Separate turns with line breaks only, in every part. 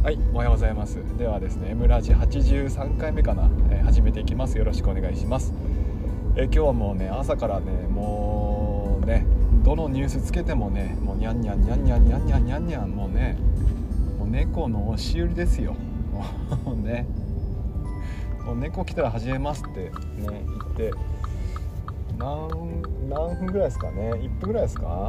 はい、おはようございます。ではですね、Mラジ83回目かな、始めていきます。よろしくお願いします。今日はもうね、朝からね、もうね、どのニュースつけてもね、もうニャンニャンニャンニャンニャンニャンニャンニャン、もうね、もう猫の押し売りですよ。もうね、もう猫来たら始めますってね言って何分ぐらいですかね、1分ぐらいですか。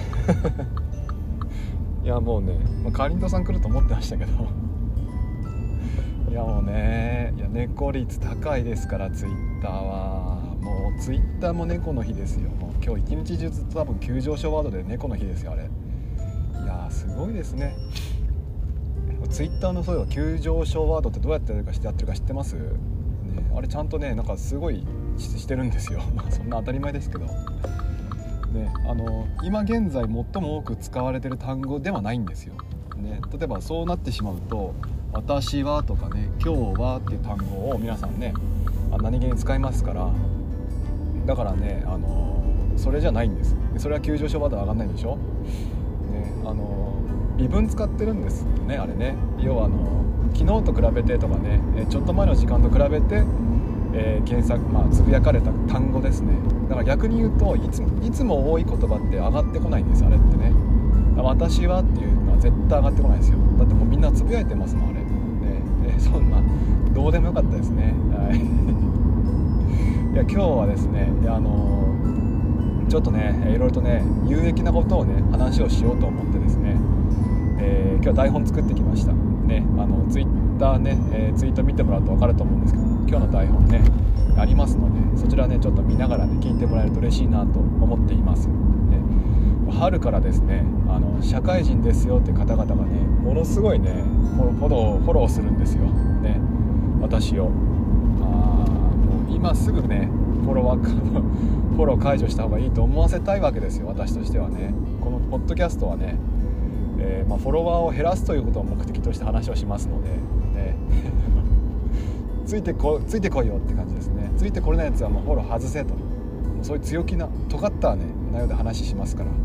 いやもうね、かりんとうさん来ると思ってましたけど、いやもうね、いや猫率高いですから、ツイッターはもうツイッターも猫の日ですよ。もう今日一日中ずっと多分急上昇ワードで猫の日ですよ、あれ。いやすごいですね。ツイッターのそういえば急上昇ワードってどうやってやってるか知ってます？ね、あれちゃんとね、なんかすごいしてるんですよ。まあそんな当たり前ですけど。ね、今現在最も多く使われている単語ではないんですよ、ね、例えばそうなってしまうと私はとかね、今日はっていう単語を皆さんね何気に使いますから、だからね、それじゃないんです。それは急上昇ワード上がんないでしょ、ね、微分使ってるんですね、あれね。要は昨日と比べてとかね、ちょっと前の時間と比べて検索、つぶやかれた単語ですね。だから逆に言うといつも多い言葉って上がってこないんです、あれってね。私はっていうのは絶対上がってこないですよ。だってもうみんなつぶやいてますもん、あれ、ね。そんなどうでもよかったですね。はい。いや今日はですね、ちょっとねいろいろとね有益なことをね話をしようと思ってですね、今日は台本作ってきましたね。ツイッターね、ツイート見てもらうと分かると思うんですけど、今日の台本ねありますので、そちらねちょっと見ながらね聞いてもらえると嬉しいなと思っています、ね。春からですね社会人ですよっていう方々がねものすごいねフォローするんですよ、ね、私を。もう今すぐねフォロー解除した方がいいと思わせたいわけですよ、私としてはね。このポッドキャストはね、フォロワーを減らすということを目的として話をしますので、ね、ついてこいよって感じですね。ついてこれないやつはもうフォロー外せと、そういう強気な尖ったね内容で話しますから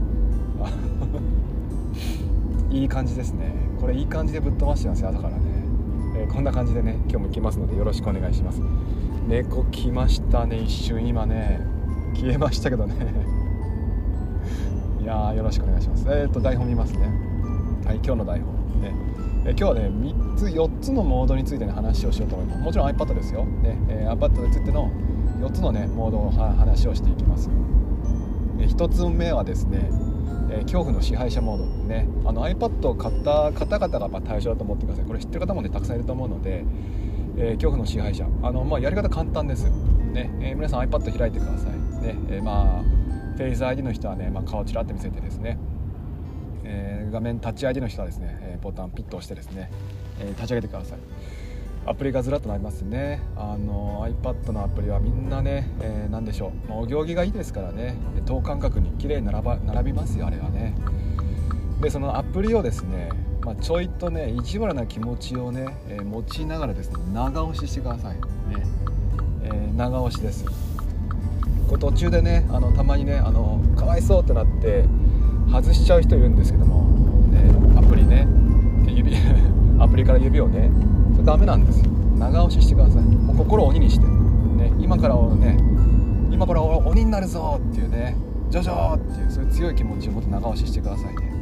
いい感じですね。これいい感じでぶっ飛ばしてますよ、朝からね。こんな感じでね今日も行きますのでよろしくお願いします。猫来ましたね、一瞬今ね消えましたけどねいやよろしくお願いします。台本見ますね。はい、今日の台本ね。今日はね4つのモードについてね話をしようと思います。もちろん iPad ですよ、ね。iPad についての4つのねモードを話をしていきます。1つ目はですね、恐怖の支配者モードね。iPad を買った方々が対象だと思ってください。これ知ってる方もねたくさんいると思うので、恐怖の支配者やり方簡単ですね。皆さん iPad 開いてくださいね。フェイス ID の人はね、顔をちらって見せてですね、画面タッチ ID の人はですね、ボタンピッと押してですね、立ち上げてください。アプリがずらっとなりますね。iPad のアプリはみんなね、何でしょう、お行儀がいいですからね、等間隔に綺麗に並びますよ、あれはね。でそのアプリをですね、ちょいとね意地悪な気持ちをね、持ちながらですね長押ししてくださいね。長押しです。これ途中でねたまにねかわいそうってなって外しちゃう人いるんですけども、アプリねアプリから指をね、それダメなんですよ。長押ししてください。もう心を鬼にして、ね、今から鬼になるぞっていうね、ジョジョっていうそういう強い気持ちをもっと長押ししてくださいね。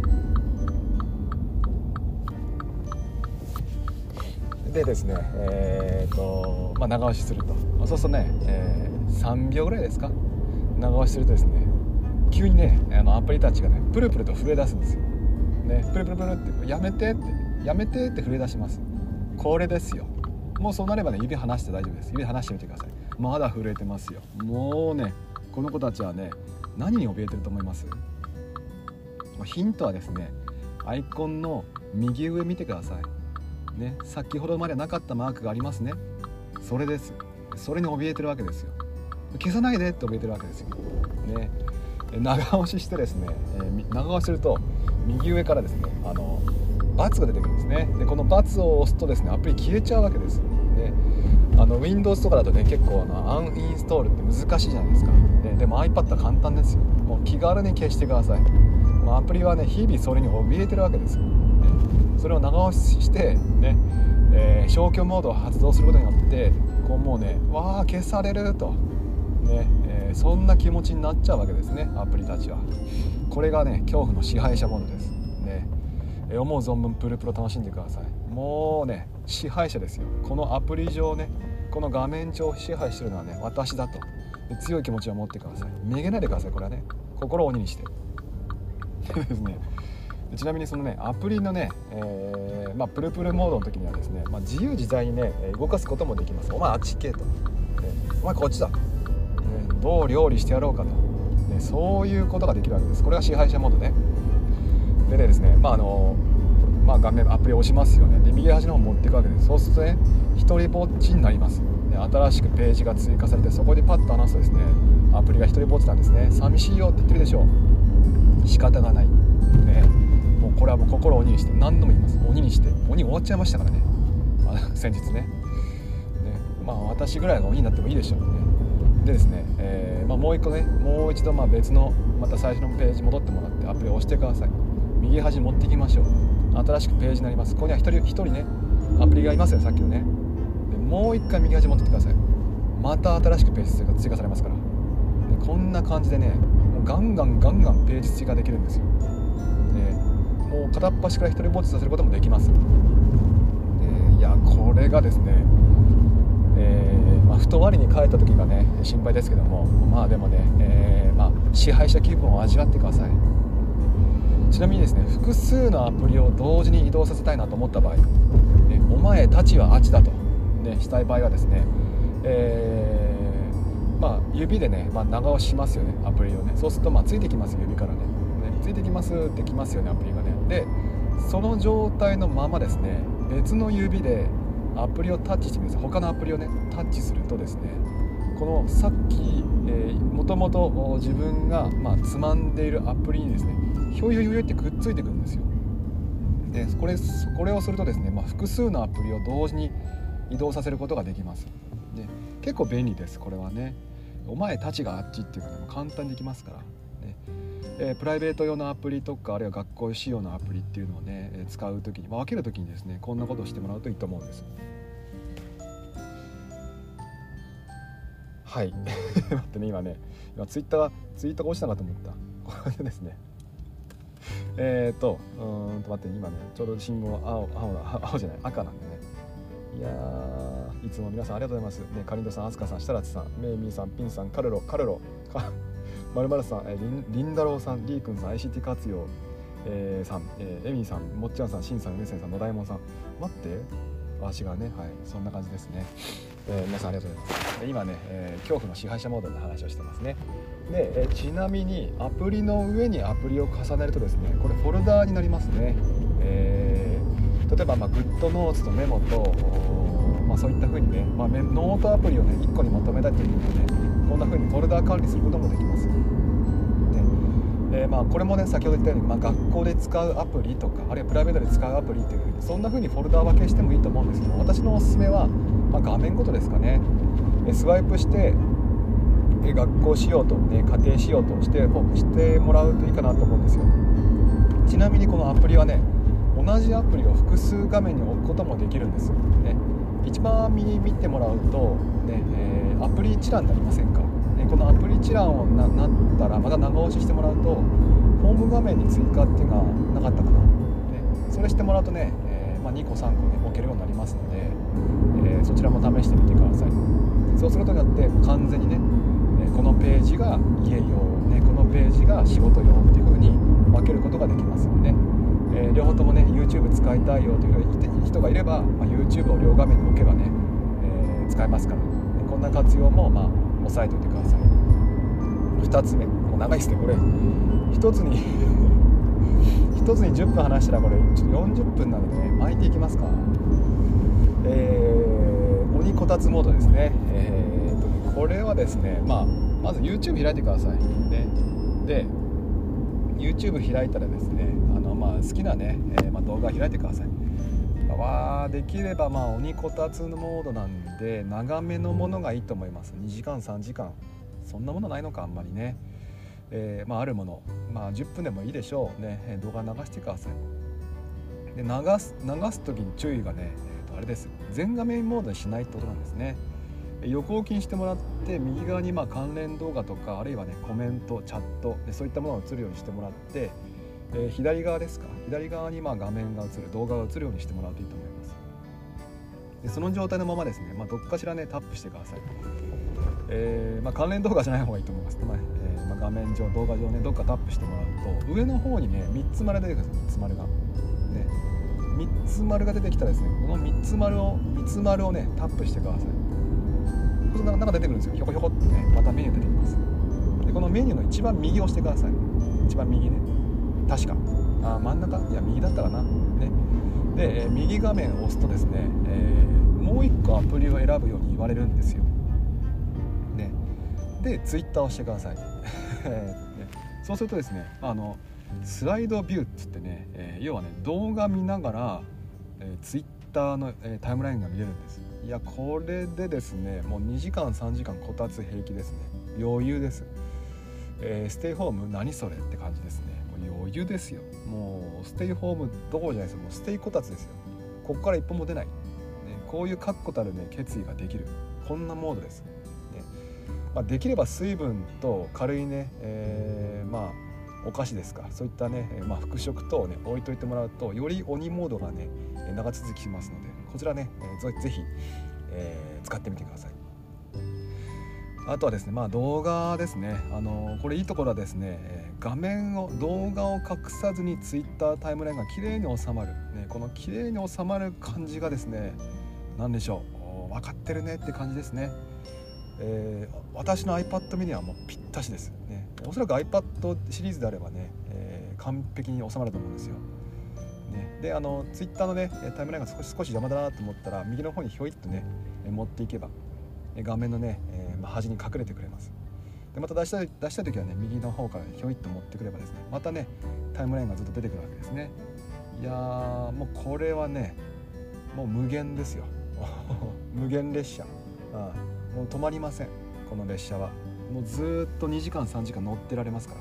でですね、長押しすると、そうするとね、3秒ぐらいですか、長押しするとですね、急にねアプリたちがねプルプルと震え出すんですよ、ね、プルプルプルってやめてって震え出します。これですよ。もうそうなればね指離して大丈夫です。指離してみてください。まだ震えてますよ。もうねこの子たちはね何に怯えてると思います？ヒントはですね、アイコンの右上見てくださいね。先ほどまでなかったマークがありますね。それです。それに怯えてるわけですよ。消さないでって怯えてるわけですよね。長押ししてですね、長押しすると右上からですね×が出てくるんですね。でこの×を押すとですねアプリ消えちゃうわけですね。Windows とかだとね結構アンインストールって難しいじゃないですか。でも iPad は簡単ですよ。もう気軽に消してください。アプリはね日々それに怯えてるわけですよ、 それを長押ししてね、消去モードを発動することによってこうもうねわー消されるとね、そんな気持ちになっちゃうわけですね。アプリたちはこれがね恐怖の支配者モードですね。思う存分プルプル楽しんでください。もうね支配者ですよ。このアプリ上ね、この画面上を支配してるのはね私だと強い気持ちを持ってください。めげないでください。これはね心を鬼にしてですね。ちなみにそのねアプリのね、プルプルモードの時にはですね、自由自在にね動かすこともできます。お前あっち行けと、お前こっちだ、どう料理してやろうかと、そういうことができるわけです。これが支配者モードね。でねですね、画面アプリを押しますよね。で右端の方持っていくわけです。そうするとね一人ぼっちになります。新しくページが追加されて、そこでパッと話すとですねアプリが一人ぼっちなんですね。寂しいよって言ってるでしょう。仕方がない、もうこれはもう心を鬼にして何度も言います。鬼にして鬼終わっちゃいましたからね、先日ね。私ぐらいが鬼になってもいいでしょうね。でですね、もう一度別のまた最初のページ戻ってもらってアプリを押してください。右端に持っていきましょう。新しくページになります。ここには一人ねアプリがいますよ、さっきのね。でもう一回右端に持ってってください。また新しくページが追加されますから。でこんな感じでねもうガンガンページ追加できるんですよ。もう片っ端から一人ぼっちさせることもできます。いやこれがですね、ふと我に返った時がね心配ですけども、でもね、支配者気分を味わってください。ちなみにですね複数のアプリを同時に移動させたいなと思った場合、お前たちはあっちだと、したい場合はですね、指でね、長押ししますよねアプリをね。そうするとついてきますよ、指からねついてきますってきますよねアプリがね。でその状態のままですね別の指でアプリをタッチしてみます。他のアプリをねタッチするとですねこのさっきもともと自分がつまんでいるアプリにですねひょいってくっついてくるんですよ。でこれをするとですね、複数のアプリを同時に移動させることができます。で結構便利ですこれはね。お前たちがあっちっていうのも簡単にできますから、プライベート用のアプリとかあるいは学校仕様のアプリっていうのをね使う時に、分ける時にですねこんなことをしてもらうといいと思うんです。はい待ってね今ツイートが落ちたなと思ったこれですね。待って今ねちょうど信号青じゃない赤なんでね。いやいつも皆さんありがとうございますね。かりんとさん、あすかさん、設楽さん、めいみーさん、ピンさん、カルロまるまるさん、りんだろうさん、りーくんさん、 ICT 活用、さん、エミーさん、もっちゃんさん、しんさん、うめせんさん、のだいもんさん。待って足がね、はい、そんな感じですね。皆さんありがとうございます。今ね、恐怖の支配者モードの話をしてますね。で、ちなみにアプリの上にアプリを重ねるとですねこれフォルダーになりますね。例えば、グッドノーツとメモと、そういった風にね、ノートアプリをね1個にまとめたいということでねこんな風にフォルダー管理することもできます。で、これもね先ほど言ったように、学校で使うアプリとかあるいはプライベートで使うアプリっていう風にそんな風にフォルダー分けしてもいいと思うんですけど、私のおすすめは、画面ごとですかね。スワイプして学校仕様と、家庭仕様としてもらうといいかなと思うんですよ。ちなみにこのアプリはね同じアプリを複数画面に置くこともできるんですよ、一番右見てもらうと、アプリ一覧になりませんか、このアプリ一覧を なったらまた長押ししてもらうとホーム画面に追加っていうのがなかったかな、それしてもらうとね、2個3個ね置けるようになりますので、そちらも試してみてください。そうすることによって完全にねこのページが家用、このページが仕事用っていう風に分けることができますので、両方ともね YouTube 使いたいよという人がいれば、YouTube を両画面に置けばね、使えますから、こんな活用も押さえておいてください。2つ目、もう長いですねこれ。1つに10分話したらこれちょっと40分なので、巻いていきますか。鬼こたつモードですね。これはですね、まず YouTube 開いてください、で YouTube 開いたらですね好きなね、動画開いてください。できれば鬼こたつのモードなんで長めのものがいいと思います。2時間3時間そんなものないのかあんまりね。あるもの10分でもいいでしょうね、動画流してください。 で流す時に注意がね、あれです、全画面モードにしないってことなんですね。横置きにしてもらって、右側に関連動画とか、あるいはねコメント、チャットでそういったものが映るようにしてもらって、左側ですか、左側に画面が映る、動画が映るようにしてもらうといいと思います。でその状態のままですね、どっかしらねタップしてください。関連動画じゃない方がいいと思います。画面上、動画上ね、どっかタップしてもらうと、上の方にね3つ丸が出てくるんです。3つ丸がね、3つ丸が出てきたらですね、この3つ丸をねタップしてください。そうするとなんか出てくるんですよ。ひょこひょこってね、またメニュー出てきます。でこのメニューの一番右を押してください。一番右ね、確か真ん中、いや右だったかな、ね、で、右画面を押すとですね、もう1個アプリを選ぶように言われるんですよ、ね、でツイッターを押してくださいそうするとですね、スライドビューっつってね、要はね動画見ながら、ツイッターの、タイムラインが見れるんです。いやこれでですね、もう2時間3時間こたつ平気ですね。余裕です。ステイホーム何それって感じですね。もう余裕ですよ。もうステイホームどころじゃないですよ。もうステイこたつですよ。ここから一歩も出ない、ね、こういう確固たるね決意ができる、こんなモードです、ね。できれば水分と軽いね、お菓子ですか、そういったね、副食等をね置いといてもらうと、より鬼モードがね長続きしますので、こちらね、ぜひ、使ってみてください。あとはですね、動画ですね。これいいところはですね、動画を隠さずに Twitter タイムラインが綺麗に収まる、ね、この綺麗に収まる感じがですね、何でしょう、分かってるねって感じですね。私の iPad mini はもうぴったしです、ね。おそらく iPad シリーズであればね、完璧に収まると思うんですよ。ね、でTwitter のねタイムラインが少し邪魔だなと思ったら、右の方にひょいっとね持っていけば画面のね、端に隠れてくれます。でまた出したい時はね、右の方からひょいっと持ってくればですね、またねタイムラインがずっと出てくるわけですね。いやー、もうこれはねもう無限ですよ無限列車、もう止まりません。この列車はもうずっと2時間3時間乗ってられますから、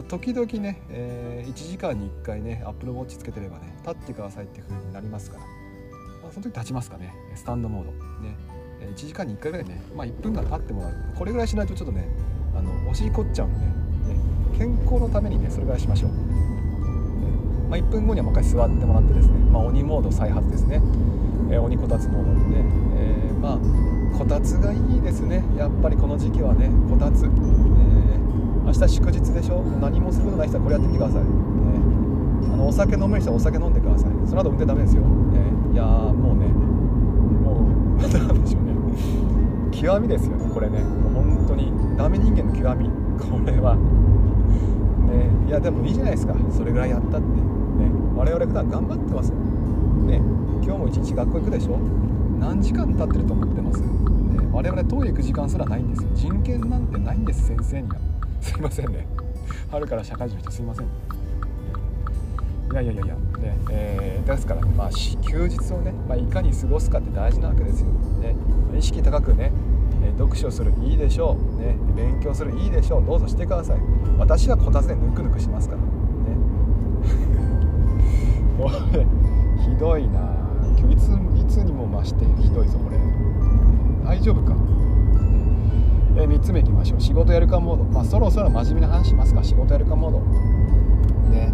時々ね、1時間に1回ね Apple Watch つけてればね、立ってくださいっていう風になりますから、その時立ちますかね、スタンドモードね。1時間に1回ぐらいね、1分間立ってもらう、これぐらいしないとちょっとねお尻凝っちゃうので、ね、健康のためにねそれぐらいしましょう。1分後にはもう一回座ってもらってですね、鬼モード再発ですね、鬼こたつモードでね、こたつがいいですね。やっぱりこの時期はねこたつ、明日祝日でしょ。何もすることない人はこれやってみてください、お酒飲める人はお酒飲んでください。その後運転ダメですよ、いやーもうね、なんでしょうね、極みですよねこれね。もう本当にダメ人間の極み、これはね。いやでもいいじゃないですか、それぐらいやったってね。我々普段頑張ってますね。今日も一日学校行くでしょ。何時間経ってると思ってます、我々トイレ行く時間すらないんですよ。人権なんてないんです、先生には。すいませんね、春から社会人の人すいません。いやね、ですから、休日をね、いかに過ごすかって大事なわけですよ、ね。意識高くね、読書するいいでしょう、ね、勉強するいいでしょう、どうぞしてください。私はこたつでぬくぬくしますからねこれひどいな。今日いつにも増してひどいぞこれ。大丈夫か。3つ目いきましょう。仕事やるかモード。そろそろ真面目な話しますか。仕事やるかモードね。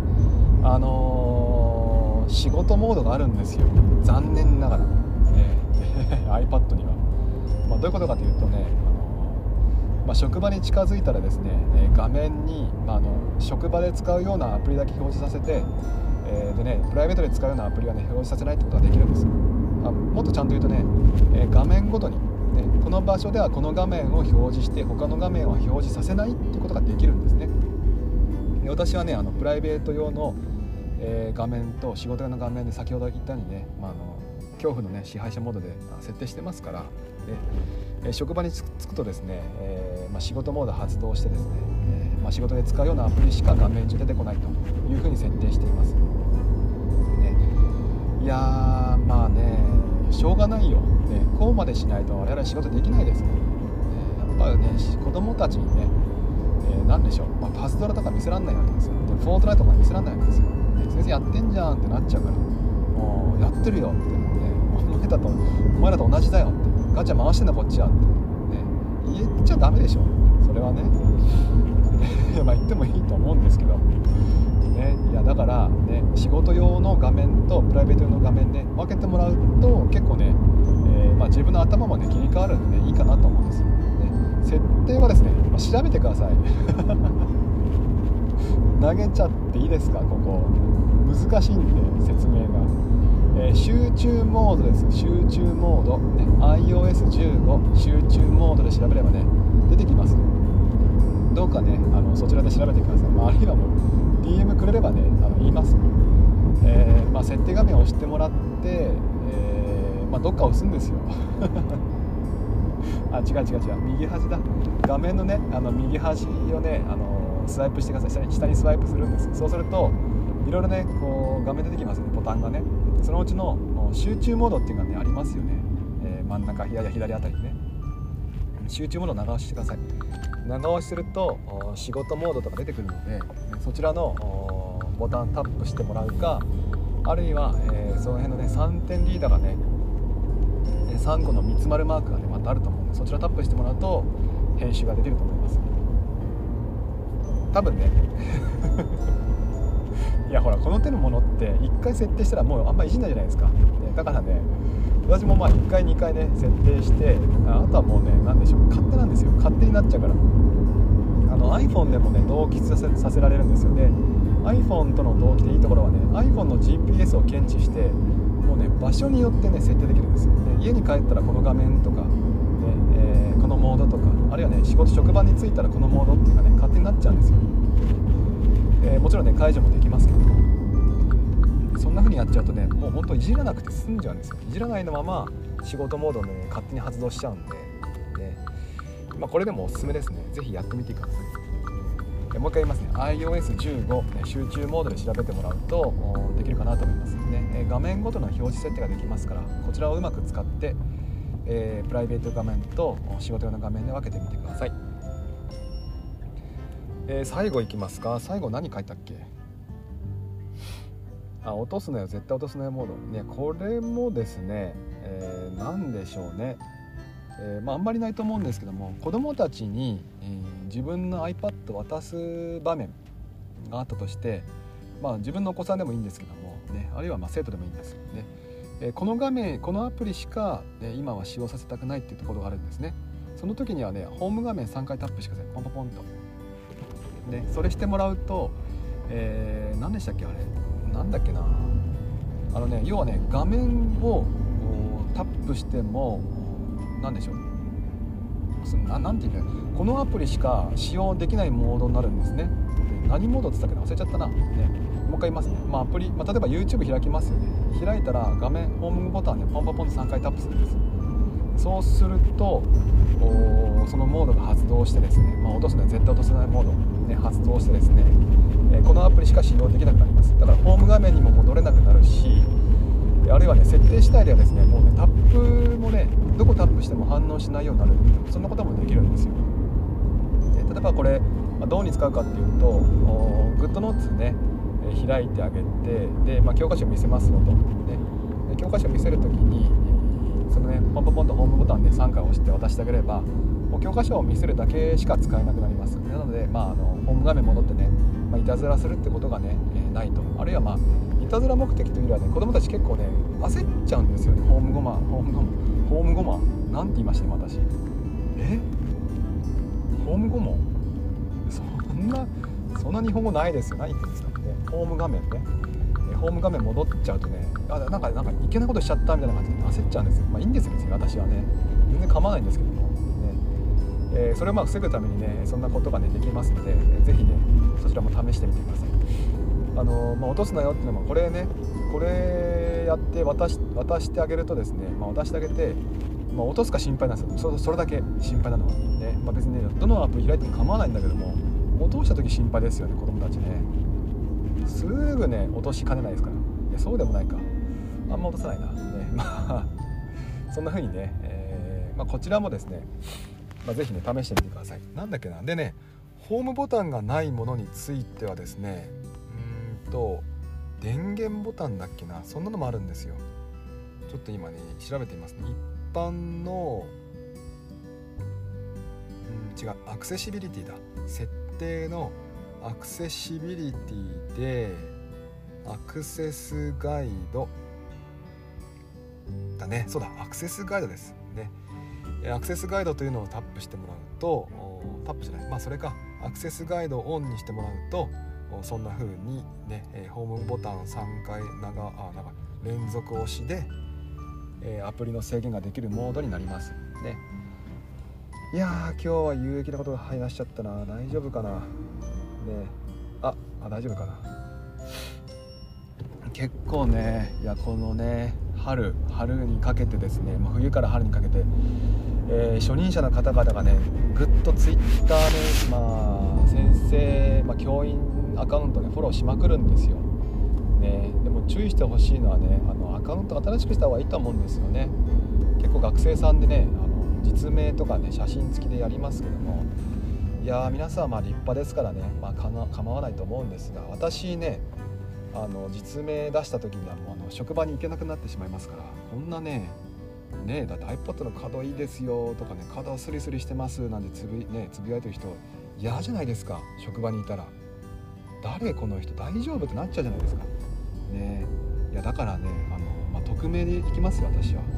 仕事モードがあるんですよ、残念ながら、iPad には。どういうことかというとね、職場に近づいたらですね、画面に、職場で使うようなアプリだけ表示させて、でね、プライベートで使うようなアプリはね表示させないってことができるんですよ。もっとちゃんと言うとね、画面ごとに、この場所ではこの画面を表示して他の画面は表示させないっていうことができるんですね。で私はねプライベート用の、画面と仕事用の画面で先ほど言ったようにね、恐怖のね支配者モードで設定してますから、職場に着くとですね、仕事モード発動してですね、仕事で使うようなアプリしか画面上出てこないというふうに設定しています、いやーしょうがないよ、こうまでしないと我々仕事できないですね。やっぱりね子供たちにね、何でしょう、パズドラとか見せらんないわけですよ。でフォートナイトとか見せらんないわけですよ。 先生やってんじゃんってなっちゃうから、やってるよってね、お前らと同じだよって、ガチャ回してんだこっちはって、ね、言っちゃダメでしょそれはねまあ言ってもいいと思うんですけどね。いやだからね、仕事用の画面とプライベート用の画面ね分けてもらうと結構ね、自分の頭もね切り替わるんでねいいかなと思うんですよ、ね、設定はですね、調べてください投げちゃっていいですか、ここ難しいんで説明が、集中モードです。集中モード、ね、iOS15 集中モードで調べればね出てきます。どうかねそちらで調べてください、あるいはもう DM くれればね言います。設定画面を押してもらって、どっか押すんですよ違う右端だ、画面のね右端をねスワイプしてください。下にスワイプするんです。そうするといろいろねこう画面出てきますね、ボタンがね。そのうちの集中モードっていうのがねありますよね、真ん中左あたりにね集中モードを長押ししてください。長押しすると仕事モードとか出てくるので、そちらのボタンタップしてもらうか、あるいは、その辺のね3点リーダーがね3個の三つ丸マークがねまたあると思うので、そちらタップしてもらうと編集ができると思います。多分ねいやほらこの手のものって1回設定したらもうあんまいじんないじゃないですか、だからね私も1回2回ね設定して、あとはもうね何でしょう、勝手なんですよ。勝手になっちゃうから。iPhone でもね同期させられるんですよね。 iPhone との同期でいいところはね iPhone の GPS を検知してもうね場所によってね設定できるんですよ。で家に帰ったらこの画面とか、ねこのモードとか、あるいはね職場に着いたらこのモードっていうのがね勝手になっちゃうんですよ。もちろんね解除もできますけども、そんな風にやっちゃうとねもうほんといじらなくて済んじゃうんですよ。いじらないのまま仕事モードね勝手に発動しちゃうんで、ねこれでもおすすめですね。ぜひやってみてください。もう一回言いますね。 iOS15、ね、集中モードで調べてもらうとできるかなと思いますね。画面ごとの表示設定ができますから、こちらをうまく使って、プライベート画面と仕事用の画面で分けてみてください。最後いきますか。最後何書いたっけ。落とすなよ、絶対落とすなよモードね。これもですね、何でしょうね、あんまりないと思うんですけども、子供たちに、自分の iPad を渡す場面があったとして、自分のお子さんでもいいんですけども、ね、あるいは生徒でもいいんですよね。この画面、このアプリしか、今は使用させたくないっていうところがあるんですね。その時にはねホーム画面3回タップしてください。ポンポンポンと、ね、それしてもらうと、何でしたっけあれ、なんだっけな、要はね画面をタップしても何でしょう、なんて言うんだよ、このアプリしか使用できないモードになるんですね。何モードって言ったっけな、忘れちゃったな、ね、もう一回言いますね。アプリ、例えば YouTube 開きますよね。開いたら画面ホームボタンでポンポンポンと3回タップするんです。そうするとそのモードが発動してですね、落とすのは絶対落とせないモード、ね、発動してですね、このアプリしか使用できなくなります。だからホーム画面にも戻れなくなるし、あるいはね設定次第ではですねもうねタップもねどこタップしても反応しないようになる、そんなこともできるんですよ。で例えばこれ、どうに使うかっていうとグッドノーツね開いてあげて、で、教科書を見せますよと、ね、教科書を見せるときにそのねポンポンポンとホームボタンで3回押して渡してあげればもう教科書を見せるだけしか使えなくなります。なので、ホーム画面戻ってね、いたずらするってことがね、ないと。あるいはいたずら目的というよりはね子供たち結構ね焦っちゃうんですよね。ホームゴマなんて言いました今私、ホームゴマそんな日本語ないですよ。何言ってるんですかね。ホーム画面ね、ホーム画面戻っちゃうとねなんかいけないことしちゃったみたいな感じで焦っちゃうんですよ。いいんですよ別に私はね全然構わないんですけども、ねそれを防ぐためにねそんなことがねできますので、ぜひねそちらも試してみてください。落とすなよっていうのもこれやって渡してあげるとですね、渡してあげて、落とすか心配なんですよ。それだけ心配なのはね、別にねどのアプリ開いても構わないんだけども、落とした時心配ですよね子供たちね。すぐね落としかねないですから。いやそうでもないか、あんま落とさないな、ね、そんな風にね、こちらもですね、ぜひね試してみてください。なんだっけな、でねホームボタンがないものについてはですね電源ボタンだっけな、そんなのもあるんですよ。ちょっと今ね調べてみますね。一般の違う、アクセシビリティだ。設定のアクセシビリティでアクセスガイドだね。そうだ、アクセスガイドですね。アクセスガイドというのをタップしてもらうと、タップじゃない、まあそれか、アクセスガイドをオンにしてもらうとそんな風にね、ホームボタン3回連続押しでアプリの制限ができるモードになりますね。いやー、今日は有益なことが話しちゃったな。大丈夫かなね。大丈夫かな。結構ね、いやこのね春にかけてですね、冬から春にかけて、初任者の方々がねぐっとツイッターね、先生、教員アカウントでフォローしまくるんですよ、ね。でも注意してほしいのはね、アカウント新しくした方がいいと思うんですよね。結構学生さんでね、実名とかね写真付きでやりますけども、いや皆さんは立派ですからね、構わないと思うんですが、私ね実名出した時にはもう職場に行けなくなってしまいますから。こんなねだって iPod の角いいですよとかね、角スリスリしてますなんてつぶやいてる人嫌じゃないですか。職場にいたら誰この人大丈夫ってなっちゃうじゃないですかね。いやだからね匿名で行きますよ私は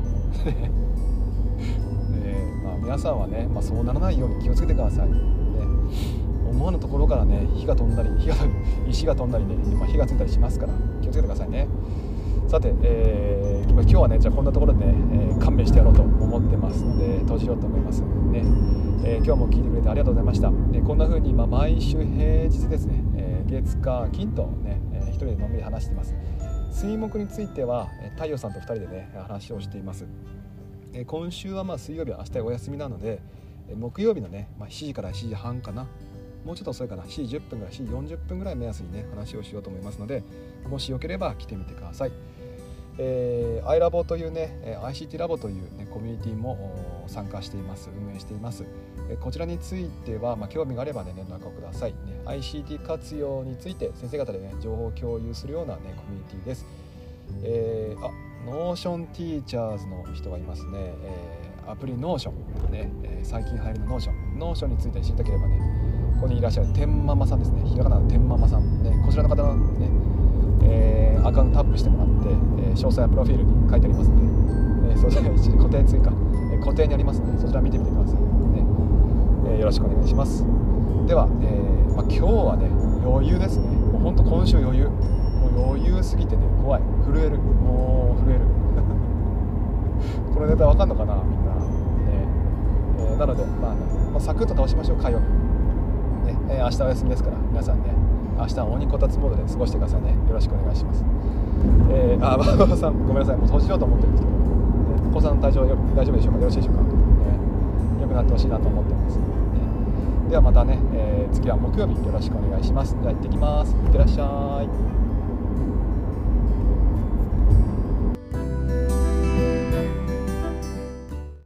皆さんはね、そうならないように気をつけてください、ね。思わぬところからね石が飛んだりね、火がついたりしますから気をつけてくださいね。さて、今日はねじゃあこんなところでね、勘弁してやろうと思ってますので閉じようと思いますね。今日も聞いてくれてありがとうございました。こんな風に毎週平日ですね、月火金とね、一人でのんびり話しています。水木については太陽さんと2人でね話をしています。今週は水曜日は明日お休みなので、木曜日のね、7時から7時半かな、もうちょっと遅いかな、7時10分から7時40分ぐらい目安にね話をしようと思いますので、もしよければ来てみてください。iLabo というね ICT ラボという、ね、コミュニティも参加しています、運営しています。こちらについては、興味があればね連絡をください、ね。ICT 活用について先生方でね情報を共有するようなねコミュニティです。Notion Teachers の人がいますね。アプリ Notion ね、最近流行りの Notion について知りたければね、ここにいらっしゃる天ママさんですね、ひらがなの天ママさんね、こちらの方のね、アカウントタップしてもらって、詳細はプロフィールに書いてありますので、そちら一時固定追加、固定にありますのでそちら見てみてくださいね。よろしくお願いします。では、今日はね余裕ですね。もうほんと今週余裕、もう余裕すぎてね怖い、震える、もう震えるこのネタわかんのかなみんな、なのでサクッと倒しましょう。火曜日ね、明日お休みですから皆さんね、明日は鬼こたつモードで過ごしてくださいね。よろしくお願いします。バーバーさんごめんなさい、もう閉じようと思ってるんですけど、お子さんの体調大丈夫でしょうか、よろしいでしょうか、良くなってほしいなと思ってます、ではまたね、次は木曜日よろしくお願いします。じゃあ行ってきます。いってらっしゃい。